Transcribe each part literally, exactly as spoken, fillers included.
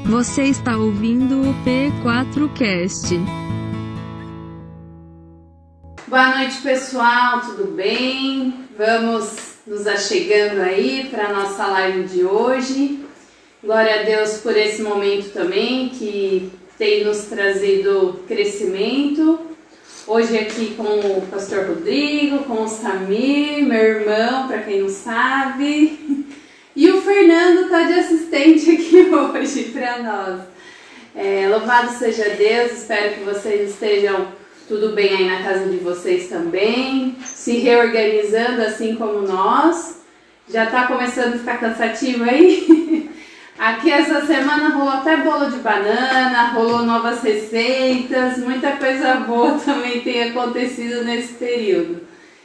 Você está ouvindo o P quatro Cast. Boa noite, pessoal, tudo bem? Vamos nos achegando aí para a nossa live de hoje. Glória a Deus por esse momento também que tem nos trazido crescimento. Hoje aqui com o pastor Rodrigo, com o Samir, meu irmão, para quem não sabe. E o Fernando está de assistente aqui hoje para nós. É, louvado seja Deus, espero que vocês estejam tudo bem aí na casa de vocês também, se reorganizando assim como nós. Já está começando a ficar cansativo aí? Aqui essa semana rolou até bolo de banana, rolou novas receitas, muita coisa boa também tem acontecido nesse período.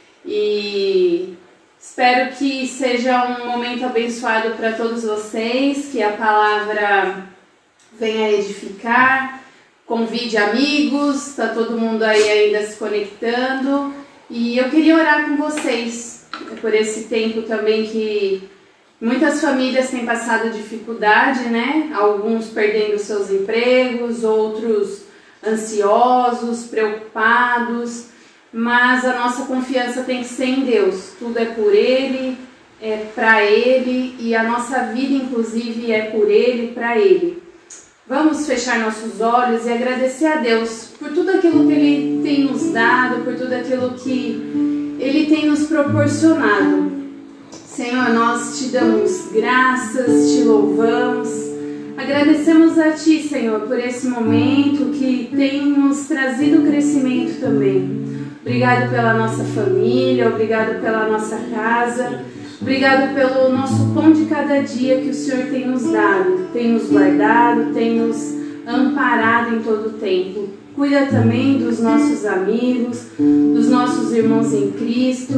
E espero que seja um momento abençoado para todos vocês, que a palavra venha edificar, convide amigos, está todo mundo aí ainda se conectando. E eu queria orar com vocês por esse tempo também que muitas famílias têm passado dificuldade, né? Alguns perdendo seus empregos, outros ansiosos, preocupados, mas a nossa confiança tem que ser em Deus. Tudo é por Ele, é para Ele e a nossa vida, inclusive, é por Ele, para Ele. Vamos fechar nossos olhos e agradecer a Deus por tudo aquilo que Ele tem nos dado, por tudo aquilo que Ele tem nos proporcionado. Senhor, nós te damos graças, te louvamos, agradecemos a Ti, Senhor, por esse momento que tem nos trazido crescimento também. Obrigado pela nossa família, obrigado pela nossa casa, obrigado pelo nosso pão de cada dia que o Senhor tem nos dado, tem nos guardado, tem nos amparado em todo o tempo. Cuida também dos nossos amigos, dos nossos irmãos em Cristo.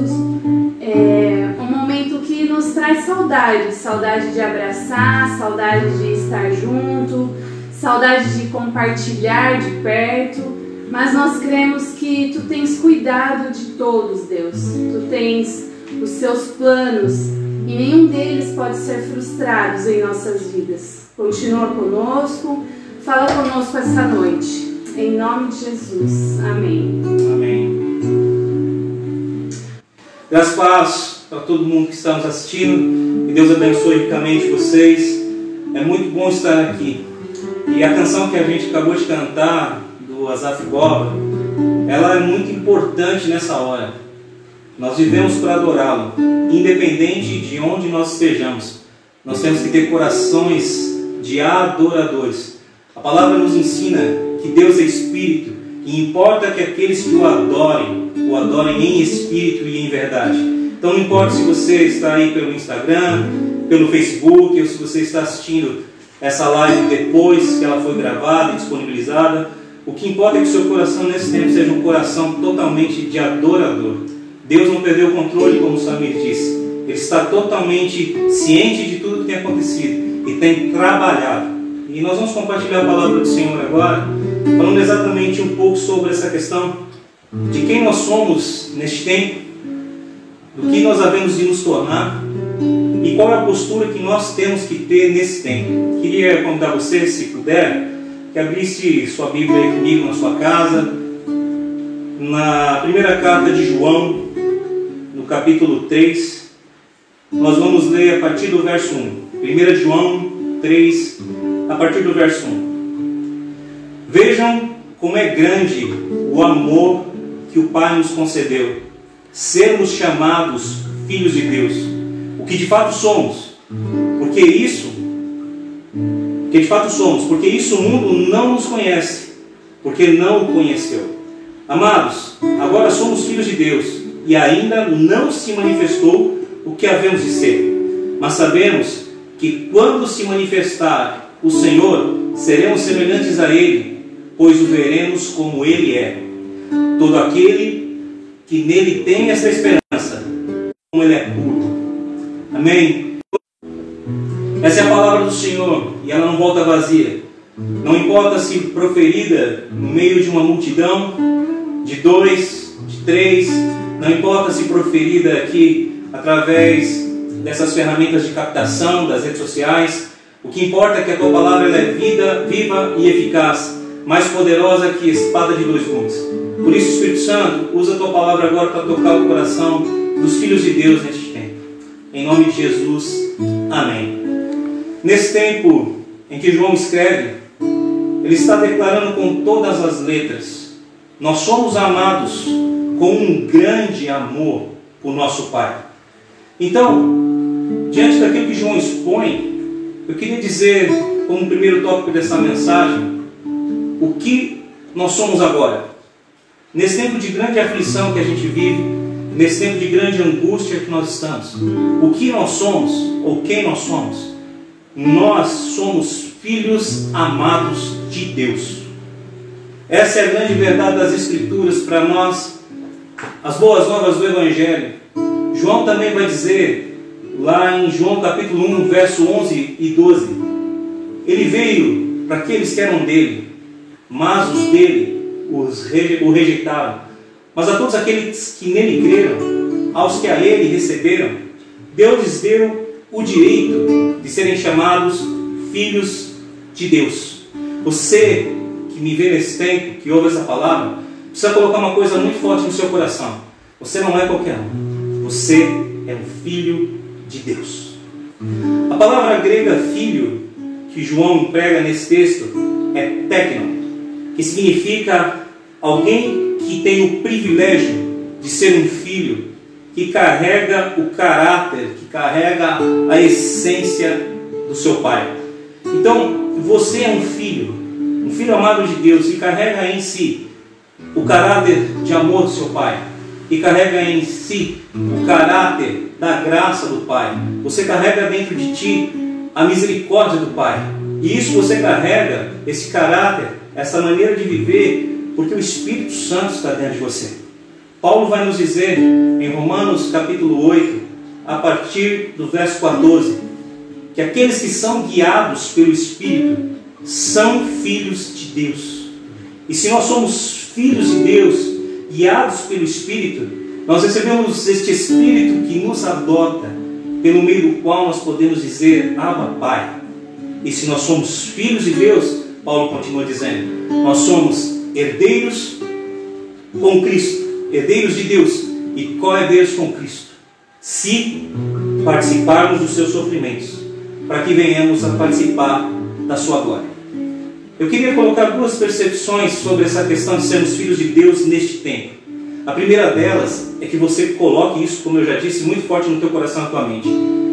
É um momento que nos traz saudade, saudade de abraçar, saudade de estar junto, saudade de compartilhar de perto, mas nós cremos que Tu tens cuidado de todos, Deus. Tu tens os Seus planos e nenhum deles pode ser frustrado em nossas vidas. Continua conosco, fala conosco essa noite. Em nome de Jesus. Amém. Amém. Graças a paz para todo mundo que está nos assistindo. Que Deus abençoe ricamente vocês. É muito bom estar aqui. E a canção que a gente acabou de cantar, do Asaf Goba, ela é muito importante nessa hora. Nós vivemos para adorá-lo, independente de onde nós estejamos. Nós temos que ter corações de adoradores. A palavra nos ensina que Deus é Espírito e importa que aqueles que o adorem, o adorem em Espírito e em verdade. Então não importa se você está aí pelo Instagram, pelo Facebook, ou se você está assistindo essa live depois que ela foi gravada e disponibilizada, o que importa é que o seu coração nesse tempo seja um coração totalmente de adorador. Deus não perdeu o controle, como o Samir disse. Ele está totalmente ciente de tudo que tem acontecido e tem trabalhado. E nós vamos compartilhar a palavra do Senhor agora, falando exatamente um pouco sobre essa questão de quem nós somos neste tempo, do que nós havemos de nos tornar e qual é a postura que nós temos que ter nesse tempo. Queria convidar você, se puder, que abrisse sua Bíblia aí comigo na sua casa, na primeira carta de João, no capítulo três, nós vamos ler a partir do verso um. primeira João três, a partir do verso um. Vejam como é grande o amor que o Pai nos concedeu, sermos chamados filhos de Deus, o que de fato somos, porque isso, que de fato somos, porque isso o mundo não nos conhece, porque não o conheceu. Amados, agora somos filhos de Deus, e ainda não se manifestou o que havemos de ser, mas sabemos que quando se manifestar o Senhor, seremos semelhantes a Ele, pois o veremos como Ele é. Todo aquele que nele tem essa esperança, como Ele é puro. Amém? Essa é a palavra do Senhor, e ela não volta vazia. Não importa se proferida no meio de uma multidão, de dois, de três, não importa se proferida aqui através dessas ferramentas de captação das redes sociais, O que importa é que a tua palavra ela é vida, viva e eficaz, mais poderosa que espada de dois gumes. Por isso, Espírito Santo, usa a tua palavra agora para tocar o coração dos filhos de Deus neste tempo. Em nome de Jesus, amém. Nesse tempo em que João escreve, ele está declarando com todas as letras: nós somos amados com um grande amor por nosso Pai. Então, diante daquilo que João expõe, eu queria dizer, como primeiro tópico dessa mensagem, o que nós somos agora. Nesse tempo de grande aflição que a gente vive, nesse tempo de grande angústia que nós estamos, o que nós somos, ou quem nós somos? Nós somos filhos amados de Deus. Essa é a grande verdade das Escrituras para nós, as boas novas do Evangelho. João também vai dizer, lá em João capítulo um, verso onze e doze, ele veio para aqueles que eram dele, mas os dele os reje, o rejeitaram. Mas a todos aqueles que nele creram, aos que a ele receberam, Deus lhes deu o direito de serem chamados filhos de Deus. Você que me vê nesse tempo, que ouve essa palavra, precisa colocar uma coisa muito forte no seu coração: você não é qualquer um, você é um filho de Deus. A palavra grega filho que João emprega nesse texto é teknon, que significa alguém que tem o privilégio de ser um filho, que carrega o caráter, que carrega a essência do seu pai. Então, você é um filho, um filho amado de Deus, que carrega em si o caráter de amor do seu pai, que carrega em si o caráter da graça do Pai. Você carrega dentro de ti a misericórdia do Pai. E isso você carrega, esse caráter, essa maneira de viver, porque o Espírito Santo está dentro de você. Paulo vai nos dizer em Romanos capítulo oito, a partir do verso quatorze, que aqueles que são guiados pelo Espírito são filhos de Deus. E se nós somos filhos de Deus, guiados pelo Espírito, nós recebemos este Espírito que nos adota, pelo meio do qual nós podemos dizer: Abba, Pai. E se nós somos filhos de Deus, Paulo continua dizendo, nós somos herdeiros com Cristo, herdeiros de Deus e co-herdeiros com Cristo, se participarmos dos seus sofrimentos, para que venhamos a participar da sua glória. Eu queria colocar duas percepções sobre essa questão de sermos filhos de Deus neste tempo. A primeira delas é que você coloque isso, como eu já disse, muito forte no teu coração e na tua mente.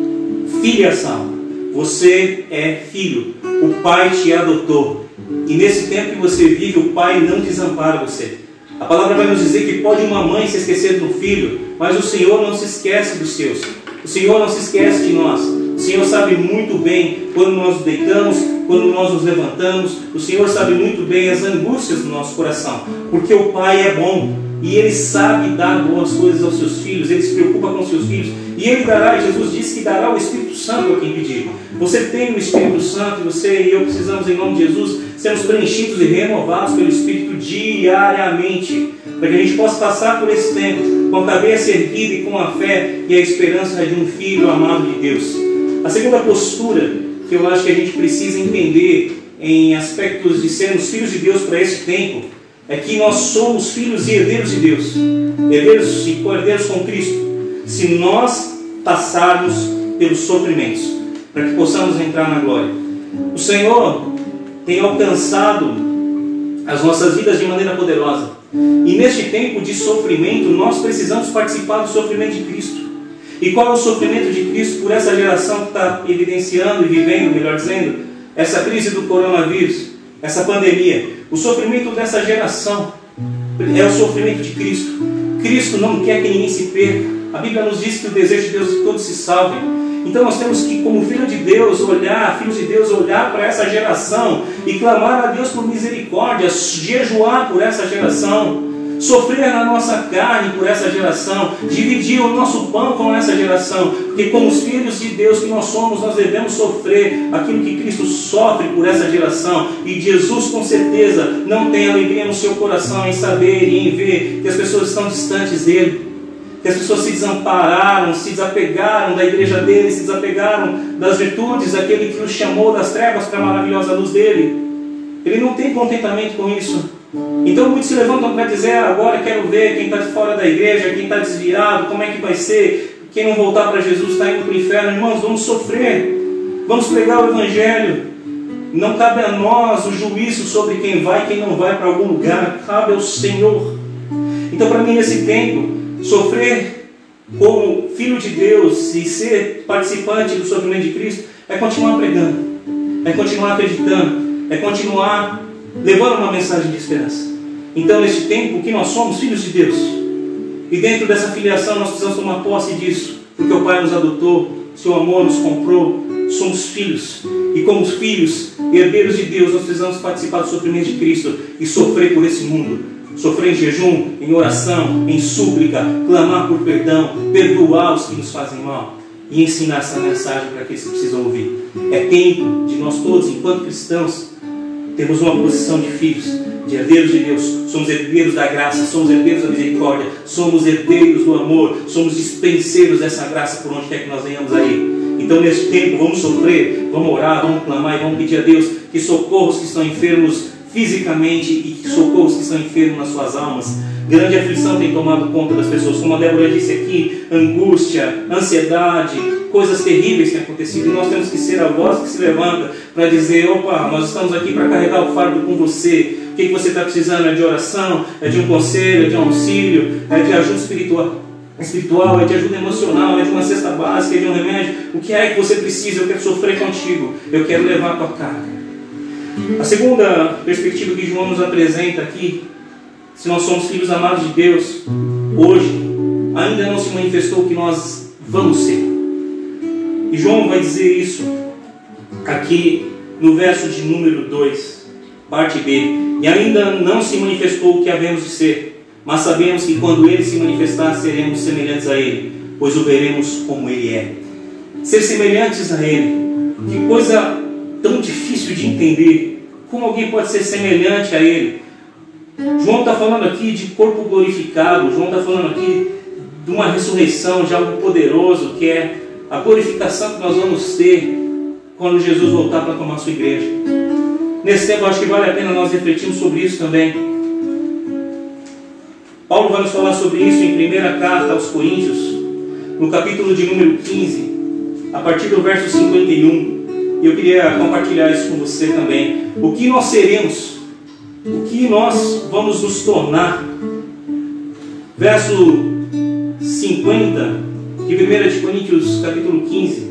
Filiação. Você é filho. O Pai te adotou. E nesse tempo que você vive, o Pai não desampara você. A palavra vai nos dizer que pode uma mãe se esquecer do filho, mas o Senhor não se esquece dos seus. O Senhor não se esquece de nós. O Senhor sabe muito bem quando nós nos deitamos, quando nós nos levantamos. O Senhor sabe muito bem as angústias do nosso coração, porque o Pai é bom e Ele sabe dar boas coisas aos seus filhos. Ele se preocupa com os seus filhos e Ele dará, Jesus disse que dará o Espírito Santo a quem pedir. Você tem o Espírito Santo e você e eu precisamos, em nome de Jesus, sermos preenchidos e renovados pelo Espírito diariamente, para que a gente possa passar por esse tempo com a cabeça erguida e com a fé e a esperança de um filho amado de Deus. A segunda postura que eu acho que a gente precisa entender em aspectos de sermos filhos de Deus para esse tempo é que nós somos filhos e herdeiros de Deus, herdeiros e co-herdeiros com Cristo, se nós passarmos pelos sofrimentos, para que possamos entrar na glória. O Senhor tem alcançado as nossas vidas de maneira poderosa, e neste tempo de sofrimento nós precisamos participar do sofrimento de Cristo. E qual é o sofrimento de Cristo por essa geração que está evidenciando e vivendo, melhor dizendo, essa crise do coronavírus, essa pandemia? O sofrimento dessa geração é o sofrimento de Cristo. Cristo não quer que ninguém se perca. A Bíblia nos diz que o desejo de Deus é que todos se salvem. Então nós temos que, como filho de Deus, olhar, filhos de Deus, olhar para essa geração e clamar a Deus por misericórdia, jejuar por essa geração, sofrer na nossa carne por essa geração, dividir o nosso pão com essa geração, porque como os filhos de Deus que nós somos, nós devemos sofrer aquilo que Cristo sofre por essa geração. E Jesus com certeza não tem alegria no seu coração em saber e em ver que as pessoas estão distantes dele. que as pessoas se desampararam, se desapegaram da igreja dele, se desapegaram das virtudes daquele que os chamou das trevas para a maravilhosa luz dele. Ele não tem contentamento com isso. Então muitos se levantam para dizer: agora quero ver quem está de fora da igreja, quem está desviado, como é que vai ser, quem não voltar para Jesus está indo para o inferno. Irmãos, vamos sofrer, vamos pregar o Evangelho. Não cabe a nós o juízo sobre quem vai e quem não vai para algum lugar, cabe ao Senhor. Então, para mim, nesse tempo, sofrer como filho de Deus e ser participante do sofrimento de Cristo é continuar pregando, é continuar acreditando, é continuar levando uma mensagem de esperança. Então, nesse tempo, o que nós somos? Filhos de Deus. E dentro dessa filiação nós precisamos tomar posse disso, porque o Pai nos adotou, seu amor nos comprou, somos filhos. E como filhos, herdeiros de Deus, nós precisamos participar do sofrimento de Cristo e sofrer por esse mundo. Sofrer em jejum, em oração, em súplica, clamar por perdão, perdoar os que nos fazem mal e ensinar essa mensagem para aqueles que precisam ouvir. É tempo de nós todos, enquanto cristãos, termos uma posição de filhos, de herdeiros de Deus. Somos herdeiros da graça, somos herdeiros da misericórdia, somos herdeiros do amor, somos dispenseiros dessa graça por onde quer que nós venhamos aí. Então, nesse tempo, vamos sofrer, vamos orar, vamos clamar e vamos pedir a Deus que socorra os que estão enfermos fisicamente e que socorra os que estão enfermos nas suas almas. Grande aflição tem tomado conta das pessoas, como a Débora disse aqui: angústia, ansiedade, coisas terríveis têm acontecido, e nós temos que ser a voz que se levanta para dizer: opa, nós estamos aqui para carregar o fardo com você. O que você está precisando? É de oração, é de um conselho, é de um auxílio, é de ajuda espiritual, espiritual, é de ajuda emocional, é de uma cesta básica, é de um remédio. O que é que você precisa? Eu quero sofrer contigo, eu quero levar a tua carga. A segunda perspectiva que João nos apresenta aqui: se nós somos filhos amados de Deus, hoje ainda não se manifestou o que nós vamos ser. E João vai dizer isso aqui no verso de número dois, parte B. E ainda não se manifestou o que havemos de ser, mas sabemos que quando Ele se manifestar, seremos semelhantes a Ele, pois o veremos como Ele é. Ser semelhantes a Ele, que coisa tão difícil de entender. Como alguém pode ser semelhante a Ele? João está falando aqui de corpo glorificado, João está falando aqui de uma ressurreição, de algo poderoso, que é a glorificação que nós vamos ter quando Jesus voltar para tomar a sua igreja. Nesse tempo, eu acho que vale a pena nós refletirmos sobre isso também. Paulo vai nos falar sobre isso em primeira carta aos Coríntios, no capítulo de número quinze, a partir do verso cinquenta e um. E eu queria compartilhar isso com você também. O que nós seremos? O que nós vamos nos tornar? Verso cinquenta de primeira Coríntios, capítulo quinze.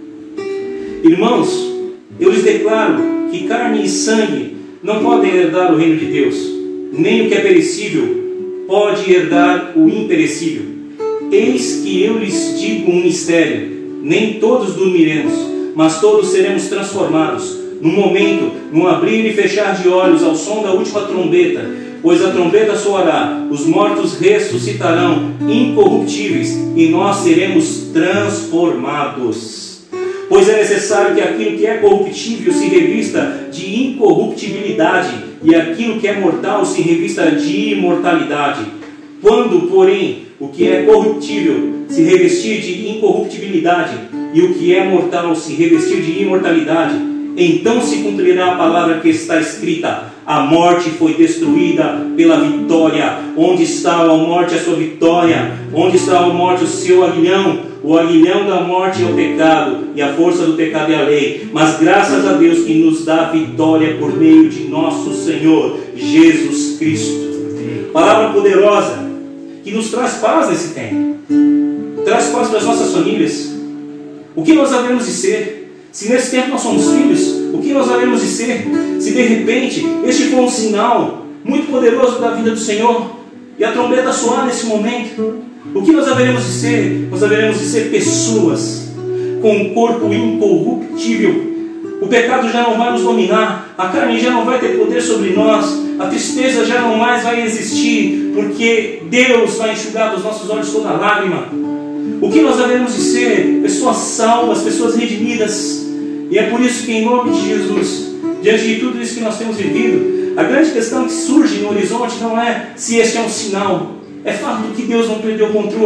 Irmãos, eu lhes declaro que carne e sangue não podem herdar o reino de Deus, nem o que é perecível pode herdar o imperecível. Eis que eu lhes digo um mistério: nem todos dormiremos, mas todos seremos transformados, num momento, num abrir e fechar de olhos, ao som da última trombeta. Pois a trombeta soará, os mortos ressuscitarão incorruptíveis, e nós seremos transformados. Pois é necessário que aquilo que é corruptível se revista de incorruptibilidade, e aquilo que é mortal se revista de imortalidade. Quando, porém, o que é corruptível se revestir de incorruptibilidade, e o que é mortal se revestir de imortalidade, então se cumprirá a palavra que está escrita: a morte foi destruída pela vitória. Onde está a morte, a sua vitória? Onde está a morte, o seu aguilhão? O aguilhão da morte é o pecado, e a força do pecado é a lei. Mas graças a Deus que nos dá vitória por meio de nosso Senhor Jesus Cristo. Palavra poderosa que nos traz paz nesse tempo, traz paz para as nossas famílias. O que nós havemos de ser? Se nesse tempo nós somos filhos, o que nós havemos de ser? Se de repente este for um sinal muito poderoso da vida do Senhor e a trombeta soar nesse momento, o que nós haveremos de ser? Nós haveremos de ser pessoas com um corpo incorruptível. O pecado já não vai nos dominar, a carne já não vai ter poder sobre nós, a tristeza já não mais vai existir, porque Deus vai enxugar dos nossos olhos toda lágrima. O que nós haveremos de ser? Pessoas salvas, pessoas redimidas. E é por isso que, em nome de Jesus, diante de tudo isso que nós temos vivido, a grande questão que surge no horizonte não é se este é um sinal. É fato que Deus não perdeu o controle.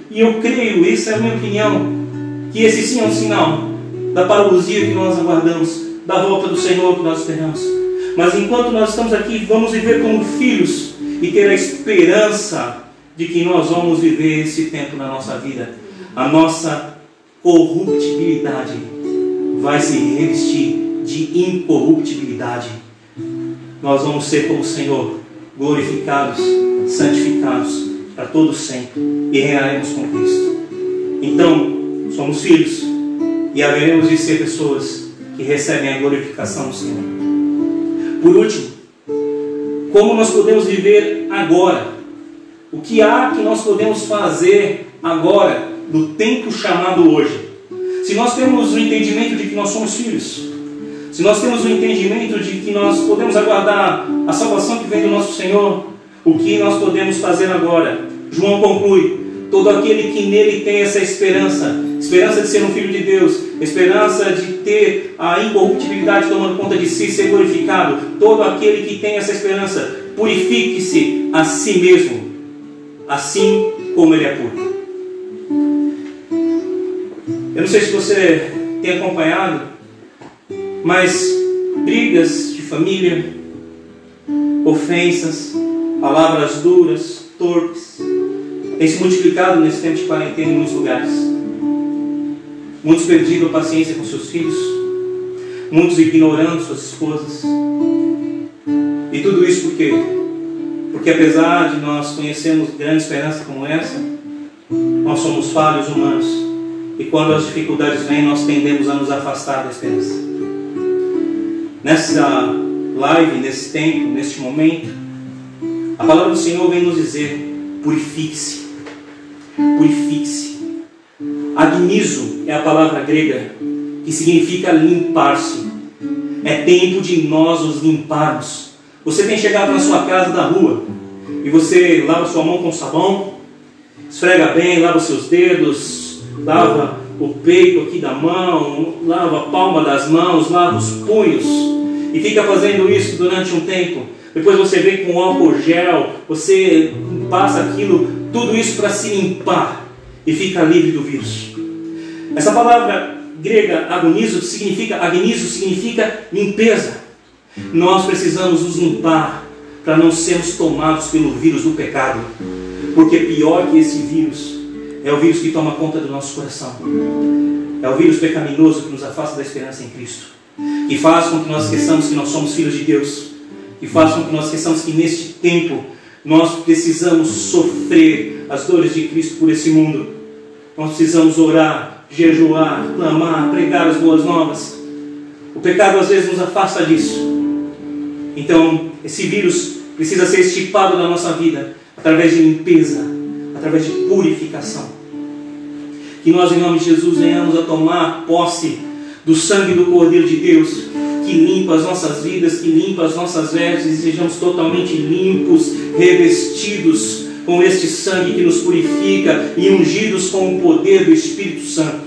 E eu creio, essa é a minha opinião, que esse sim é um sinal da parousia que nós aguardamos, da volta do Senhor que nós esperamos. Mas enquanto nós estamos aqui, vamos viver como filhos e ter a esperança de que nós vamos viver esse tempo na nossa vida. A nossa corruptibilidade vai se revestir de incorruptibilidade. Nós vamos ser como o Senhor, glorificados, santificados para todo sempre, e reinaremos com Cristo. Então, somos filhos e haveremos de ser pessoas que recebem a glorificação do Senhor. Por último, como nós podemos viver agora? O que há que nós podemos fazer agora, no tempo chamado hoje? Se nós temos o entendimento de que nós somos filhos, se nós temos o entendimento de que nós podemos aguardar a salvação que vem do nosso Senhor, o que nós podemos fazer agora? João conclui: todo aquele que nele tem essa esperança, esperança de ser um filho de Deus, esperança de ter a incorruptibilidade tomando conta de si, ser glorificado, todo aquele que tem essa esperança, purifique-se a si mesmo, assim como ele é puro. Eu não sei se você tem acompanhado, mas brigas de família, ofensas, palavras duras, torpes, têm se multiplicado nesse tempo de quarentena em muitos lugares. Muitos perdido a paciência com seus filhos, muitos ignorando suas esposas. E tudo isso por quê? Porque apesar de nós conhecermos grande esperança como essa, nós somos falhos humanos. E quando as dificuldades vêm, nós tendemos a nos afastar da esperança. Nessa live, nesse tempo, neste momento, a palavra do Senhor vem nos dizer: purifique-se. Purifique-se. Agnizo é a palavra grega que significa limpar-se. É tempo de nós nos limparmos. Você tem chegado na sua casa da rua e você lava sua mão com sabão, esfrega bem, lava seus dedos, lava o peito aqui da mão, lava a palma das mãos, lava os punhos e fica fazendo isso durante um tempo. Depois você vem com álcool gel, você passa aquilo, tudo isso para se limpar e fica livre do vírus. Essa palavra grega agonizo significa, agnizo significa limpeza. Nós precisamos nos limpar para não sermos tomados pelo vírus do pecado, porque pior que esse vírus é o vírus que toma conta do nosso coração. É o vírus pecaminoso que nos afasta da esperança em Cristo, que faz com que nós esqueçamos que nós somos filhos de Deus, que faz com que nós esqueçamos que neste tempo nós precisamos sofrer as dores de Cristo por esse mundo. Nós precisamos orar, jejuar, clamar, pregar as boas novas. O pecado às vezes nos afasta disso. Então esse vírus precisa ser extirpado da nossa vida através de limpeza, através de purificação. Que nós, em nome de Jesus, venhamos a tomar posse do sangue do Cordeiro de Deus, que limpa as nossas vidas, que limpa as nossas vestes, e sejamos totalmente limpos, revestidos com este sangue que nos purifica e ungidos com o poder do Espírito Santo.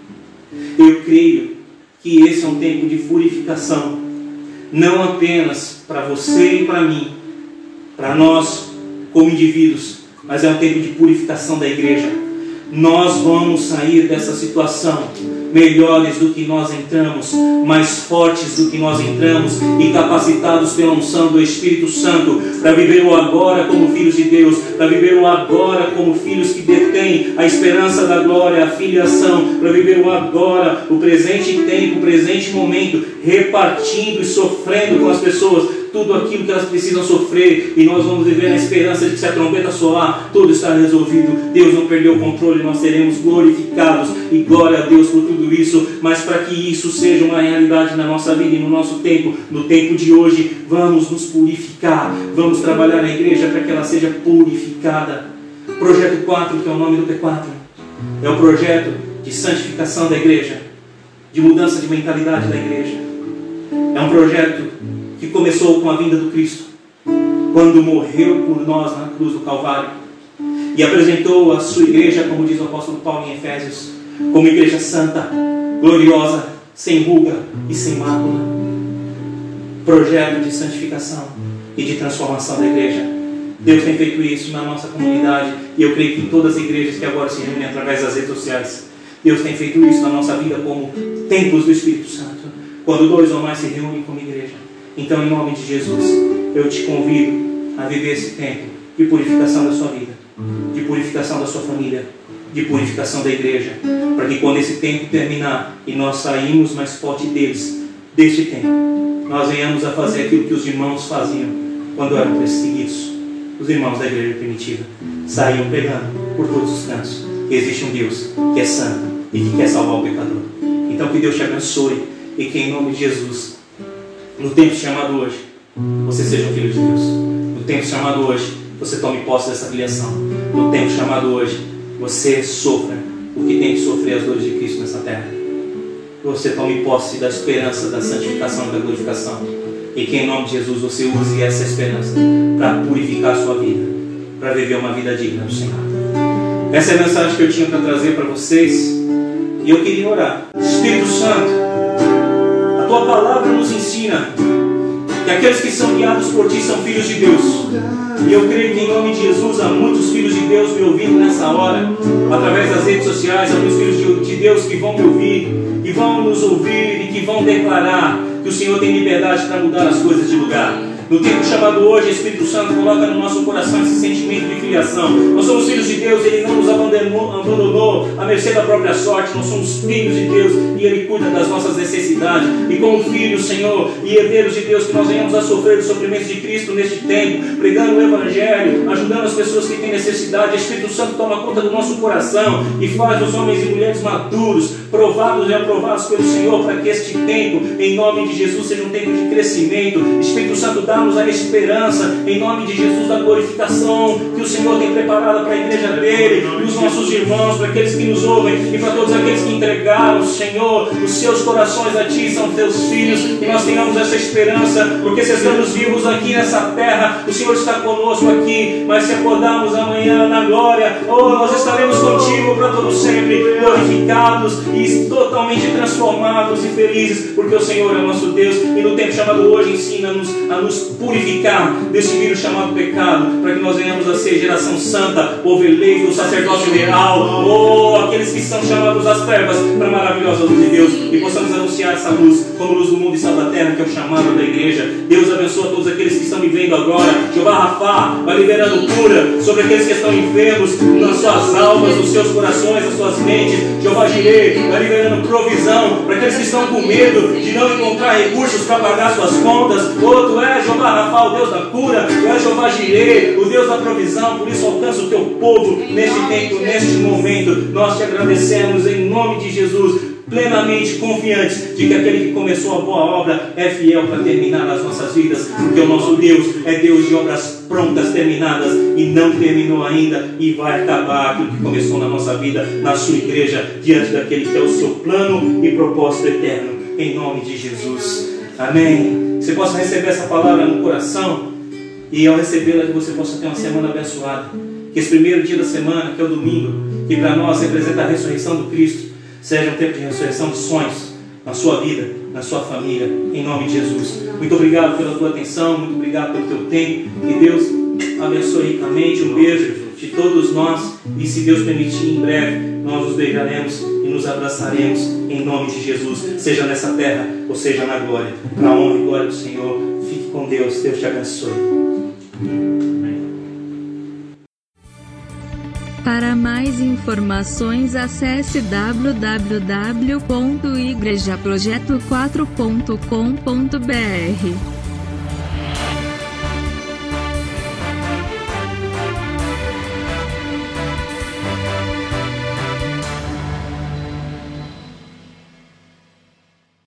Eu creio que esse é um tempo de purificação, não apenas para você e para mim, para nós como indivíduos, mas é um tempo de purificação da igreja. Nós vamos sair dessa situação melhores do que nós entramos, mais fortes do que nós entramos e capacitados pela unção do Espírito Santo para viver o agora como filhos de Deus, para viver o agora como filhos que detêm a esperança da glória, a filiação, para viver o agora, o presente tempo, o presente momento, repartindo e sofrendo com as pessoas tudo aquilo que elas precisam sofrer, e nós vamos viver na esperança de que se a trombeta soar, tudo está resolvido, Deus não perdeu o controle, nós seremos glorificados, e glória a Deus por tudo isso. Mas para que isso seja uma realidade na nossa vida e no nosso tempo, no tempo de hoje, vamos nos purificar, vamos trabalhar na igreja para que ela seja purificada. Projeto quatro, que é o nome do P quatro, é o projeto de santificação da igreja, de mudança de mentalidade da igreja. É um projeto que começou com a vinda do Cristo, quando morreu por nós na cruz do Calvário e apresentou a sua igreja, como diz o apóstolo Paulo em Efésios, como igreja santa, gloriosa, sem ruga e sem mácula. Projeto de santificação e de transformação da igreja. Deus tem feito isso na nossa comunidade, e eu creio que em todas as igrejas que agora se reúnem através das redes sociais, Deus tem feito isso na nossa vida como templos do Espírito Santo, quando dois ou mais se reúnem como igreja. Então, em nome de Jesus, eu te convido a viver esse tempo de purificação da sua vida, de purificação da sua família, de purificação da igreja, para que quando esse tempo terminar e nós saímos mais forte deles, deste tempo, nós venhamos a fazer aquilo que os irmãos faziam quando eram perseguidos. Os irmãos da igreja primitiva saíam pregando por todos os cantos que existe um Deus que é santo e que quer salvar o pecador. Então que Deus te abençoe e que em nome de Jesus, no tempo chamado hoje, você seja um filho de Deus. No tempo chamado hoje, você tome posse dessa filiação. No tempo chamado hoje, você sofra o que tem que sofrer as dores de Cristo nessa terra. Você tome posse da esperança, da santificação e da glorificação. E que em nome de Jesus você use essa esperança para purificar a sua vida, para viver uma vida digna do Senhor. Essa é a mensagem que eu tinha para trazer para vocês. E eu queria orar. Espírito Santo, a Tua palavra nos ensina que aqueles que são guiados por Ti são filhos de Deus. E eu creio que em nome de Jesus há muitos filhos de Deus me ouvindo nessa hora, através das redes sociais, há muitos filhos de Deus que vão me ouvir, que vão nos ouvir e que vão declarar que o Senhor tem liberdade para mudar as coisas de lugar. No tempo chamado hoje, Espírito Santo coloca no nosso coração esse sentimento de filiação. Nós somos filhos de Deus, Ele não nos abandonou, abandonou à mercê da própria sorte. Nós somos filhos de Deus e Ele cuida das nossas necessidades. E como filhos, Senhor, e herdeiros de Deus, que nós venhamos a sofrer os sofrimentos de Cristo neste tempo, pregando o Evangelho, ajudando as pessoas que têm necessidade. Espírito Santo toma conta do nosso coração e faz os homens e mulheres maduros, provados e aprovados pelo Senhor, para que este tempo, em nome de Jesus, seja um tempo de crescimento. Espírito Santo, dá-nos a esperança, em nome de Jesus, da glorificação que o Senhor tem preparada para a igreja dele, e os nossos irmãos, para aqueles que nos ouvem, e para todos aqueles que entregaram, Senhor, os seus corações a Ti, são Teus filhos, que nós tenhamos essa esperança, porque se estamos vivos aqui nessa terra, o Senhor está conosco aqui, mas se acordarmos amanhã na glória, oh, nós estaremos contigo para todo sempre, glorificados e totalmente transformados e felizes, porque o Senhor é o nosso Deus, e no tempo chamado hoje ensina-nos a nos purificar desse vírus chamado pecado, para que nós venhamos a ser geração santa, povo eleito, sacerdócio real, oh, aqueles que são chamados às trevas para a maravilhosa luz de Deus, e possamos anunciar essa luz como luz do mundo e sal da terra, que é o chamado da igreja. Deus abençoa todos aqueles que estão me vendo agora. Jeová Rafá vai liberando cura sobre aqueles que estão enfermos nas suas almas, nos seus corações, nas suas mentes. Jeová Jireh vai liberando provisão para aqueles que estão com medo de não encontrar recursos para pagar suas contas. Oh, Tu és Jeová Rafá, o Deus da cura, Tu és Jeová Jireh, o Deus da provisão. Por isso alcança o Teu povo neste tempo, neste momento. Nós Te agradecemos em nome de Jesus, plenamente confiantes de que aquele que começou a boa obra é fiel para terminar nas nossas vidas, porque o nosso Deus é Deus de obras prontas, terminadas, e não terminou ainda, e vai acabar aquilo que começou na nossa vida, na sua igreja, diante daquele que é o seu plano e propósito eterno, em nome de Jesus. Amém. Você possa receber essa palavra no coração, e ao recebê-la que você possa ter uma semana abençoada, que esse primeiro dia da semana, que é o domingo, que para nós representa a ressurreição do Cristo, seja um tempo de ressurreição de sonhos na sua vida, na sua família, em nome de Jesus. Muito obrigado pela tua atenção, muito obrigado pelo teu tempo. Que Deus abençoe ricamente. Um beijo de todos nós, e se Deus permitir, em breve nós nos beijaremos e nos abraçaremos em nome de Jesus, seja nessa terra ou seja na glória, para a honra e glória do Senhor. Fique com Deus. Deus te abençoe. Para mais informações, acesse w w w ponto igreja projeto quatro ponto com ponto b r.